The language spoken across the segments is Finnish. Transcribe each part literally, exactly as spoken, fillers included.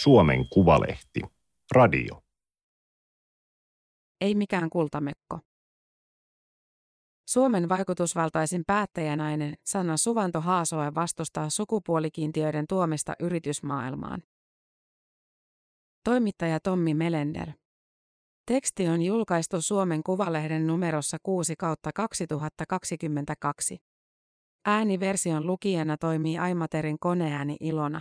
Suomen Kuvalehti. Radio. Ei mikään kultamekko. Suomen vaikutusvaltaisin päättäjänainen Sanna Suvanto-Hasoe vastustaa sukupuolikiintiöiden tuomista yritysmaailmaan. Toimittaja Tommi Melender. Teksti on julkaistu Suomen Kuvalehden numerossa kuusi kautta kaksituhattakaksikymmentäkaksi. Ääniversion lukijana toimii Aimaterin koneääni Ilona.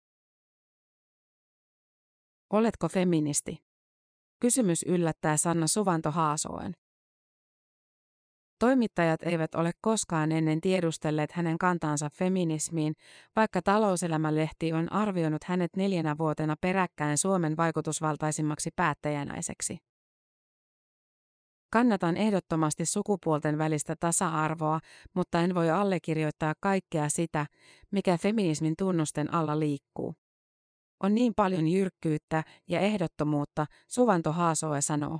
Oletko feministi? Kysymys yllättää Sanna Suvanto-Hasoen. Toimittajat eivät ole koskaan ennen tiedustelleet hänen kantaansa feminismiin, vaikka Talouselämä-lehti on arvioinut hänet neljänä vuotena peräkkäin Suomen vaikutusvaltaisimmaksi päättäjänaiseksi. Kannatan ehdottomasti sukupuolten välistä tasa-arvoa, mutta en voi allekirjoittaa kaikkea sitä, mikä feminismin tunnusten alla liikkuu. On niin paljon jyrkkyyttä ja ehdottomuutta, Suvanto-Hasoe sanoo.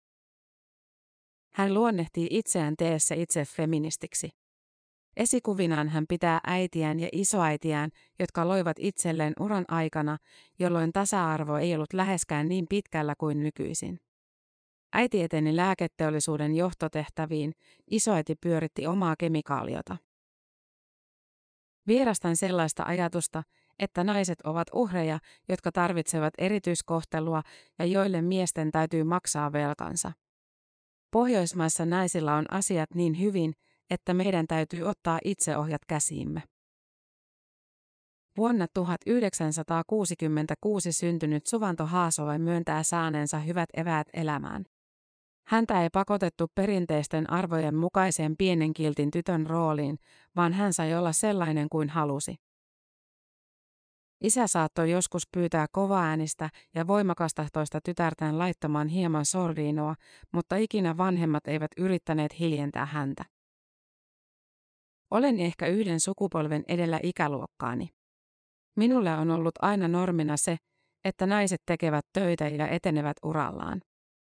Hän luonnehtii itseään teessä itse feministiksi. Esikuvinaan hän pitää äitiään ja isoäitiään, jotka loivat itselleen uran aikana, jolloin tasa-arvo ei ollut läheskään niin pitkällä kuin nykyisin. Äiti eteni lääketeollisuuden johtotehtäviin, isoäiti pyöritti omaa kemikaaliota. Vierastan sellaista ajatusta, että naiset ovat uhreja, jotka tarvitsevat erityiskohtelua ja joille miesten täytyy maksaa velkansa. Pohjoismaissa naisilla on asiat niin hyvin, että meidän täytyy ottaa itseohjat käsiimme. Vuonna tuhatyhdeksänsataakuusikymmentäkuusi syntynyt Suvanto-Hasoe myöntää saaneensa hyvät eväät elämään. Häntä ei pakotettu perinteisten arvojen mukaiseen pienen kiltin tytön rooliin, vaan hän sai olla sellainen kuin halusi. Isä saattoi joskus pyytää kovaäänistä ja voimakastahtoista tytärtään laittamaan hieman sordiinoa, mutta ikinä vanhemmat eivät yrittäneet hiljentää häntä. Olen ehkä yhden sukupolven edellä ikäluokkaani. Minulle on ollut aina normina se, että naiset tekevät töitä ja etenevät urallaan.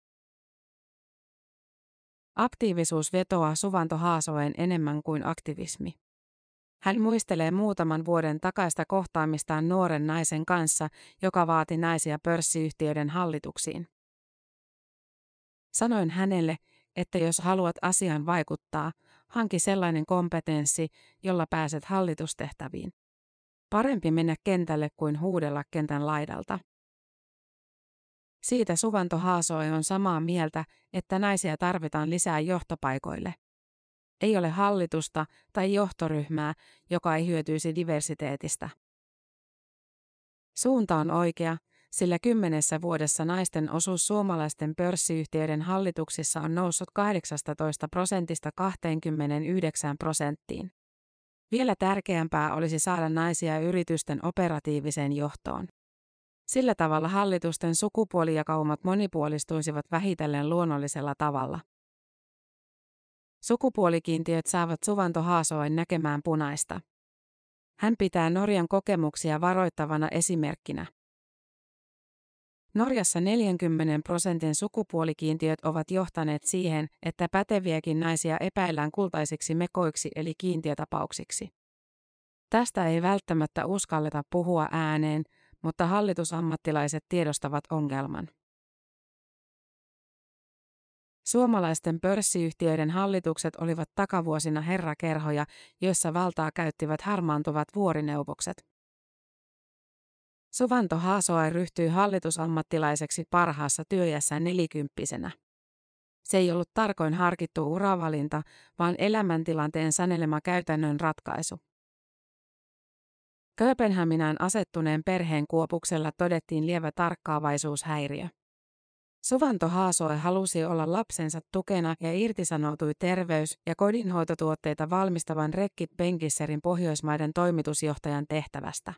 Aktiivisuus vetoaa Suvanto-Hasoeen enemmän kuin aktivismi. Hän muistelee muutaman vuoden takaista kohtaamistaan nuoren naisen kanssa, joka vaati naisia pörssiyhtiöiden hallituksiin. Sanoin hänelle, että jos haluat asiaan vaikuttaa, hanki sellainen kompetenssi, jolla pääset hallitustehtäviin. Parempi mennä kentälle kuin huudella kentän laidalta. Siitä Suvanto-Hasoe on samaa mieltä, että naisia tarvitaan lisää johtopaikoille. Ei ole hallitusta tai johtoryhmää, joka ei hyötyisi diversiteetistä. Suunta on oikea, sillä kymmenessä vuodessa naisten osuus suomalaisten pörssiyhtiöiden hallituksissa on noussut kahdeksastatoista prosentista kaksikymmentäyhdeksän prosenttiin. Vielä tärkeämpää olisi saada naisia yritysten operatiiviseen johtoon. Sillä tavalla hallitusten sukupuolijakaumat monipuolistuisivat vähitellen luonnollisella tavalla. Sukupuolikiintiöt saavat Suvanto-Hasoen näkemään punaista. Hän pitää Norjan kokemuksia varoittavana esimerkkinä. Norjassa neljänkymmenen prosentin sukupuolikiintiöt ovat johtaneet siihen, että päteviäkin naisia epäillään kultaisiksi mekoiksi eli kiintiötapauksiksi. Tästä ei välttämättä uskalleta puhua ääneen, mutta hallitusammattilaiset tiedostavat ongelman. Suomalaisten pörssiyhtiöiden hallitukset olivat takavuosina herrakerhoja, joissa valtaa käyttivät harmaantuvat vuorineuvokset. Suvanto-Hasoe ryhtyi hallitusammattilaiseksi parhaassa työiässään nelikymppisenä. Se ei ollut tarkoin harkittu uravalinta, vaan elämäntilanteen sanelema käytännön ratkaisu. Kööpenhaminaan asettuneen perheen kuopuksella todettiin lievä tarkkaavaisuushäiriö. Suvanto-Hasoe halusi olla lapsensa tukena ja irtisanoutui terveys- ja kodinhoitotuotteita valmistavan Reckitt Benckiserin Pohjoismaiden toimitusjohtajan tehtävästä.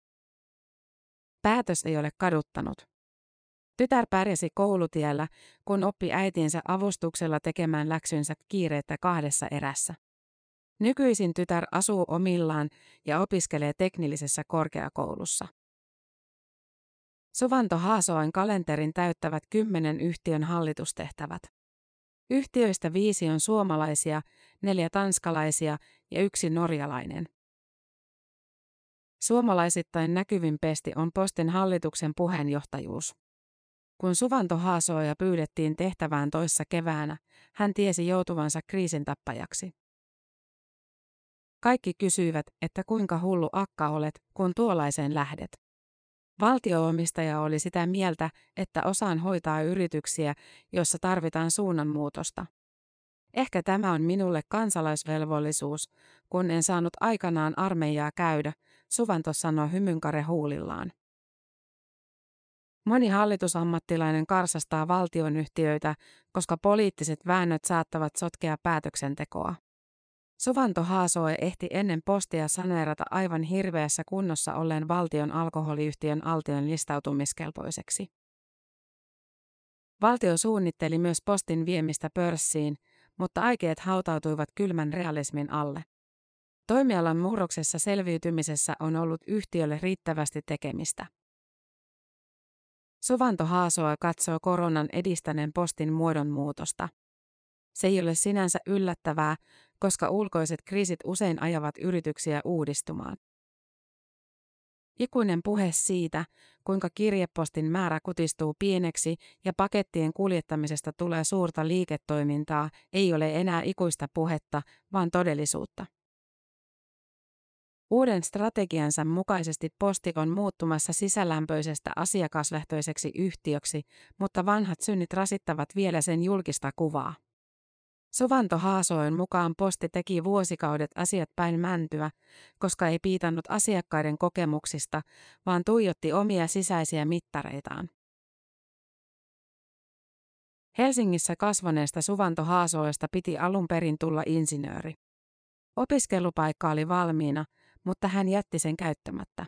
Päätös ei ole kaduttanut. Tytär pärjäsi koulutiellä, kun oppi äitinsä avustuksella tekemään läksynsä kiireettä kahdessa erässä. Nykyisin tytär asuu omillaan ja opiskelee teknillisessä korkeakoulussa. Suvanto-Hasoen kalenterin täyttävät kymmenen yhtiön hallitustehtävät. Yhtiöistä viisi on suomalaisia, neljä tanskalaisia ja yksi norjalainen. Suomalaisittain näkyvin pesti on Postin hallituksen puheenjohtajuus. Kun Suvanto Haasooja pyydettiin tehtävään toissa keväänä, hän tiesi joutuvansa kriisintappajaksi. Kaikki kysyivät, että kuinka hullu akka olet, kun tuollaiseen lähdet. Valtio-omistaja oli sitä mieltä, että osaan hoitaa yrityksiä, joissa tarvitaan suunnanmuutosta. Ehkä tämä on minulle kansalaisvelvollisuus, kun en saanut aikanaan armeijaa käydä, Suvanto sanoi hymynkare huulillaan. Moni hallitusammattilainen karsastaa valtionyhtiöitä, koska poliittiset väännöt saattavat sotkea päätöksentekoa. Suvanto Haasoo ehti ennen Postia saneerata aivan hirveässä kunnossa olleen valtion alkoholiyhtiön Altion listautumiskelpoiseksi. Valtio suunnitteli myös Postin viemistä pörssiin, mutta aikeet hautautuivat kylmän realismin alle. Toimialan murroksessa selviytymisessä on ollut yhtiölle riittävästi tekemistä. Suvanto Haasoo katsoo koronan edistäneen Postin muodonmuutosta. Se ei ole sinänsä yllättävää, koska ulkoiset kriisit usein ajavat yrityksiä uudistumaan. Ikuinen puhe siitä, kuinka kirjepostin määrä kutistuu pieneksi ja pakettien kuljettamisesta tulee suurta liiketoimintaa, ei ole enää ikuista puhetta, vaan todellisuutta. Uuden strategiansa mukaisesti Posti on muuttumassa sisälämpöisestä asiakaslähtöiseksi yhtiöksi, mutta vanhat synnit rasittavat vielä sen julkista kuvaa. Suvanto Haasoon mukaan Posti teki vuosikaudet asiat päin mäntyä, koska ei piitannut asiakkaiden kokemuksista, vaan tuijotti omia sisäisiä mittareitaan. Helsingissä kasvaneesta Suvanto Haasoesta piti alun perin tulla insinööri. Opiskelupaikka oli valmiina, mutta hän jätti sen käyttämättä.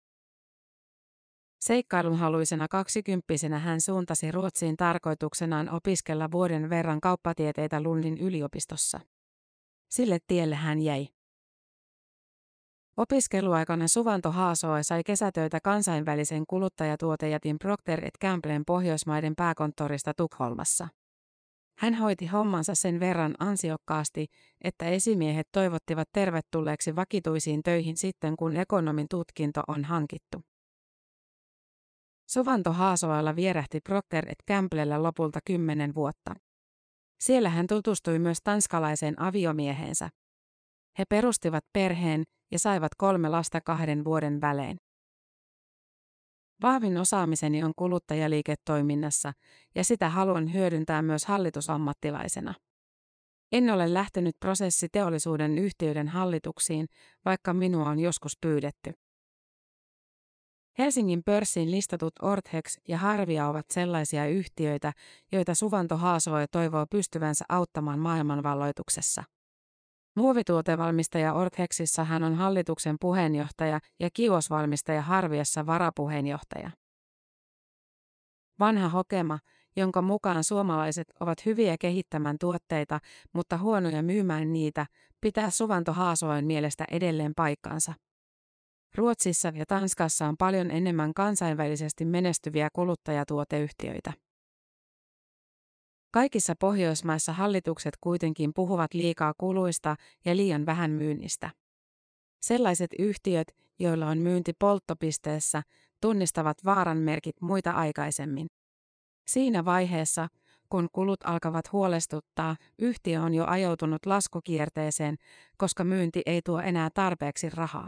Seikkailunhaluisena kaksikymppisenä hän suuntasi Ruotsiin tarkoituksenaan opiskella vuoden verran kauppatieteitä Lundin yliopistossa. Sille tielle hän jäi. Opiskeluaikana Suvanto Haasoo sai kesätöitä kansainvälisen kuluttajatuotejätin Procter et Gamblen Pohjoismaiden pääkonttorista Tukholmassa. Hän hoiti hommansa sen verran ansiokkaasti, että esimiehet toivottivat tervetulleeksi vakituisiin töihin sitten, kun ekonomin tutkinto on hankittu. Suvanto Haasoalla vierähti Procter et Gamblella lopulta kymmenen vuotta. Siellä hän tutustui myös tanskalaiseen aviomieheensä. He perustivat perheen ja saivat kolme lasta kahden vuoden välein. Vahvin osaamiseni on kuluttajaliiketoiminnassa, ja sitä haluan hyödyntää myös hallitusammattilaisena. En ole lähtenyt prosessiteollisuuden yhtiöiden hallituksiin, vaikka minua on joskus pyydetty. Helsingin pörssiin listatut Orthex ja Harvia ovat sellaisia yhtiöitä, joita Suvanto Haasoo toivoo pystyvänsä auttamaan maailmanvalloituksessa. Muovituotevalmistaja Orthexissa hän on hallituksen puheenjohtaja ja kiosvalmistaja Harviassa varapuheenjohtaja. Vanha hokema, jonka mukaan suomalaiset ovat hyviä kehittämään tuotteita, mutta huonoja myymään niitä, pitää Suvanto Haasoen mielestä edelleen paikkansa. Ruotsissa ja Tanskassa on paljon enemmän kansainvälisesti menestyviä kuluttajatuoteyhtiöitä. Kaikissa Pohjoismaissa hallitukset kuitenkin puhuvat liikaa kuluista ja liian vähän myynnistä. Sellaiset yhtiöt, joilla on myynti polttopisteessä, tunnistavat vaaran merkit muita aikaisemmin. Siinä vaiheessa, kun kulut alkavat huolestuttaa, yhtiö on jo ajautunut laskukierteeseen, koska myynti ei tuo enää tarpeeksi rahaa.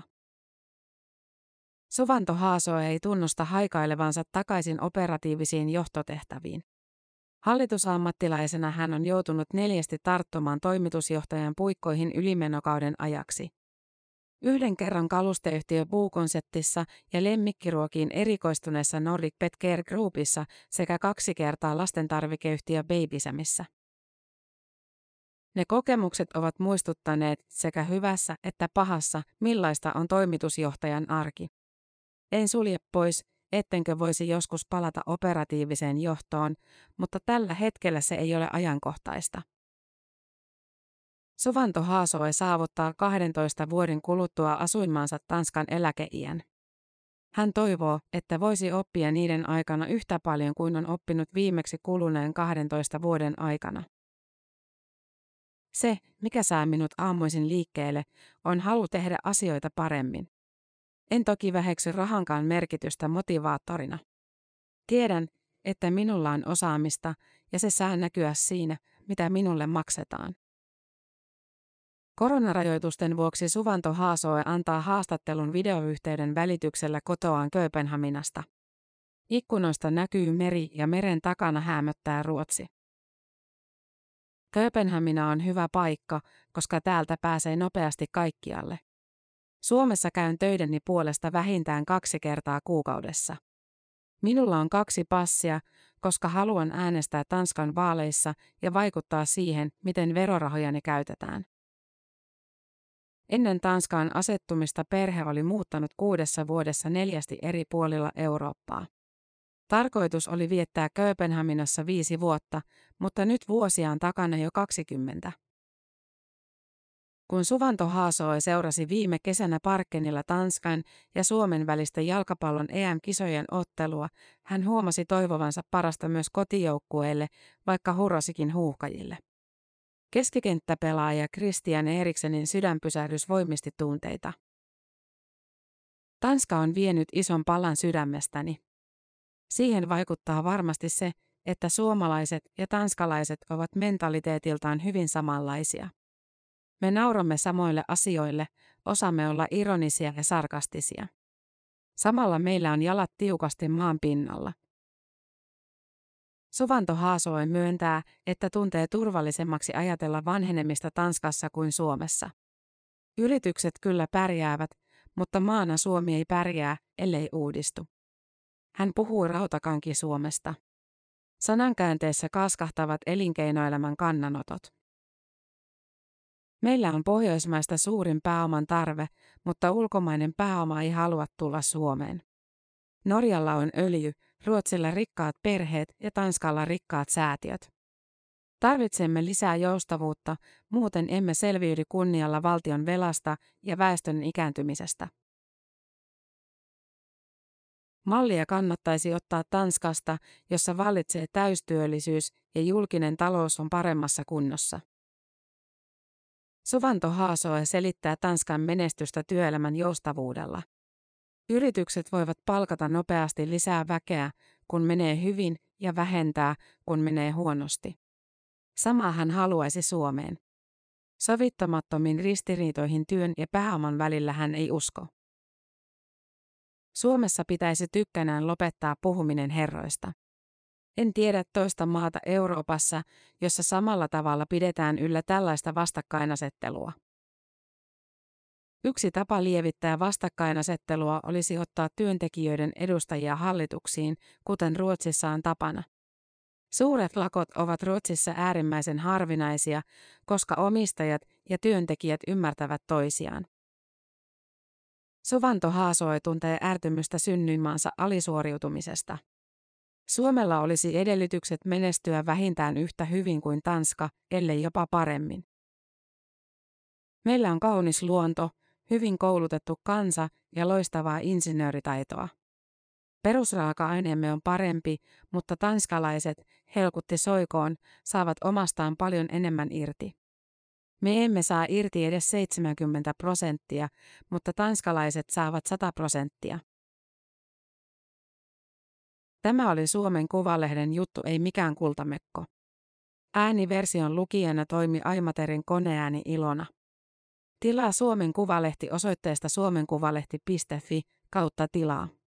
Suvanto Haasoo ei tunnusta haikailevansa takaisin operatiivisiin johtotehtäviin. Hallitusammattilaisena hän on joutunut neljästi tarttumaan toimitusjohtajan puikkoihin ylimenokauden ajaksi. Yhden kerran kalusteyhtiö Puukonseptissa ja lemmikkiruokiin erikoistuneessa Nordic Pet Care Groupissa sekä kaksi kertaa lastentarvikeyhtiö Babysämissä. Ne kokemukset ovat muistuttaneet sekä hyvässä että pahassa, millaista on toimitusjohtajan arki. En sulje pois, ettenkö voisi joskus palata operatiiviseen johtoon, mutta tällä hetkellä se ei ole ajankohtaista. Suvanto Haasoo saavuttaa kahdentoista vuoden kuluttua asuinmaansa Tanskan eläkeiän. Hän toivoo, että voisi oppia niiden aikana yhtä paljon kuin on oppinut viimeksi kuluneen kahdentoista vuoden aikana. Se, mikä saa minut aamuisin liikkeelle, on halu tehdä asioita paremmin. En toki väheksy rahankaan merkitystä motivaattorina. Tiedän, että minulla on osaamista ja se saa näkyä siinä, mitä minulle maksetaan. Koronarajoitusten vuoksi Suvanto Haasoe antaa haastattelun videoyhteyden välityksellä kotoaan Kööpenhaminasta. Ikkunoista näkyy meri ja meren takana häämöttää Ruotsi. Kööpenhamina on hyvä paikka, koska täältä pääsee nopeasti kaikkialle. Suomessa käyn töideni puolesta vähintään kaksi kertaa kuukaudessa. Minulla on kaksi passia, koska haluan äänestää Tanskan vaaleissa ja vaikuttaa siihen, miten verorahojani käytetään. Ennen Tanskaan asettumista perhe oli muuttanut kuudessa vuodessa neljästi eri puolilla Eurooppaa. Tarkoitus oli viettää Kööpenhaminassa viisi vuotta, mutta nyt vuosia on takana jo kaksikymmentä. Kun Suvanto Haasoe seurasi viime kesänä Parkenilla Tanskan ja Suomen välistä jalkapallon E M-kisojen ottelua, hän huomasi toivovansa parasta myös kotijoukkueelle, vaikka hurrasikin huuhkajille. Keskikenttäpelaaja Christian Eriksenin sydänpysähdys voimisti tunteita. Tanska on vienyt ison palan sydämestäni. Siihen vaikuttaa varmasti se, että suomalaiset ja tanskalaiset ovat mentaliteetiltaan hyvin samanlaisia. Me nauramme samoille asioille, osaamme olla ironisia ja sarkastisia. Samalla meillä on jalat tiukasti maan pinnalla. Suvanto Haasoe myöntää, että tuntee turvallisemmaksi ajatella vanhenemista Tanskassa kuin Suomessa. Yritykset kyllä pärjäävät, mutta maana Suomi ei pärjää, ellei uudistu. Hän puhuu rautakanki Suomesta. Sanankäänteessä kaskahtavat elinkeinoelämän kannanotot. Meillä on Pohjoismaista suurin pääoman tarve, mutta ulkomainen pääoma ei halua tulla Suomeen. Norjalla on öljy, Ruotsilla rikkaat perheet ja Tanskalla rikkaat säätiöt. Tarvitsemme lisää joustavuutta, muuten emme selviydy kunnialla valtion velasta ja väestön ikääntymisestä. Mallia kannattaisi ottaa Tanskasta, jossa vallitsee täystyöllisyys ja julkinen talous on paremmassa kunnossa. Suvanto Haasoe selittää Tanskan menestystä työelämän joustavuudella. Yritykset voivat palkata nopeasti lisää väkeä, kun menee hyvin, ja vähentää, kun menee huonosti. Samaa hän haluaisi Suomeen. Sovittamattomiin ristiriitoihin työn ja pääoman välillä hän ei usko. Suomessa pitäisi tykkänään lopettaa puhuminen herroista. En tiedä toista maata Euroopassa, jossa samalla tavalla pidetään yllä tällaista vastakkainasettelua. Yksi tapa lievittää vastakkainasettelua olisi ottaa työntekijöiden edustajia hallituksiin, kuten Ruotsissa on tapana. Suuret lakot ovat Ruotsissa äärimmäisen harvinaisia, koska omistajat ja työntekijät ymmärtävät toisiaan. Suvanto Haasoe tuntee ärtymystä synnyinmaansa alisuoriutumisesta. Suomella olisi edellytykset menestyä vähintään yhtä hyvin kuin Tanska, ellei jopa paremmin. Meillä on kaunis luonto, hyvin koulutettu kansa ja loistavaa insinööritaitoa. Perusraaka-aineemme on parempi, mutta tanskalaiset, helkutti soikoon, saavat omastaan paljon enemmän irti. Me emme saa irti edes seitsemänkymmentä prosenttia, mutta tanskalaiset saavat sata prosenttia. Tämä oli Suomen Kuvalehden juttu, ei mikään kultamekko. Ääniversion lukijana toimi Aimaterin koneääni Ilona. Tilaa Suomen Kuvalehti osoitteesta suomenkuvalehti piste fi kautta tilaa.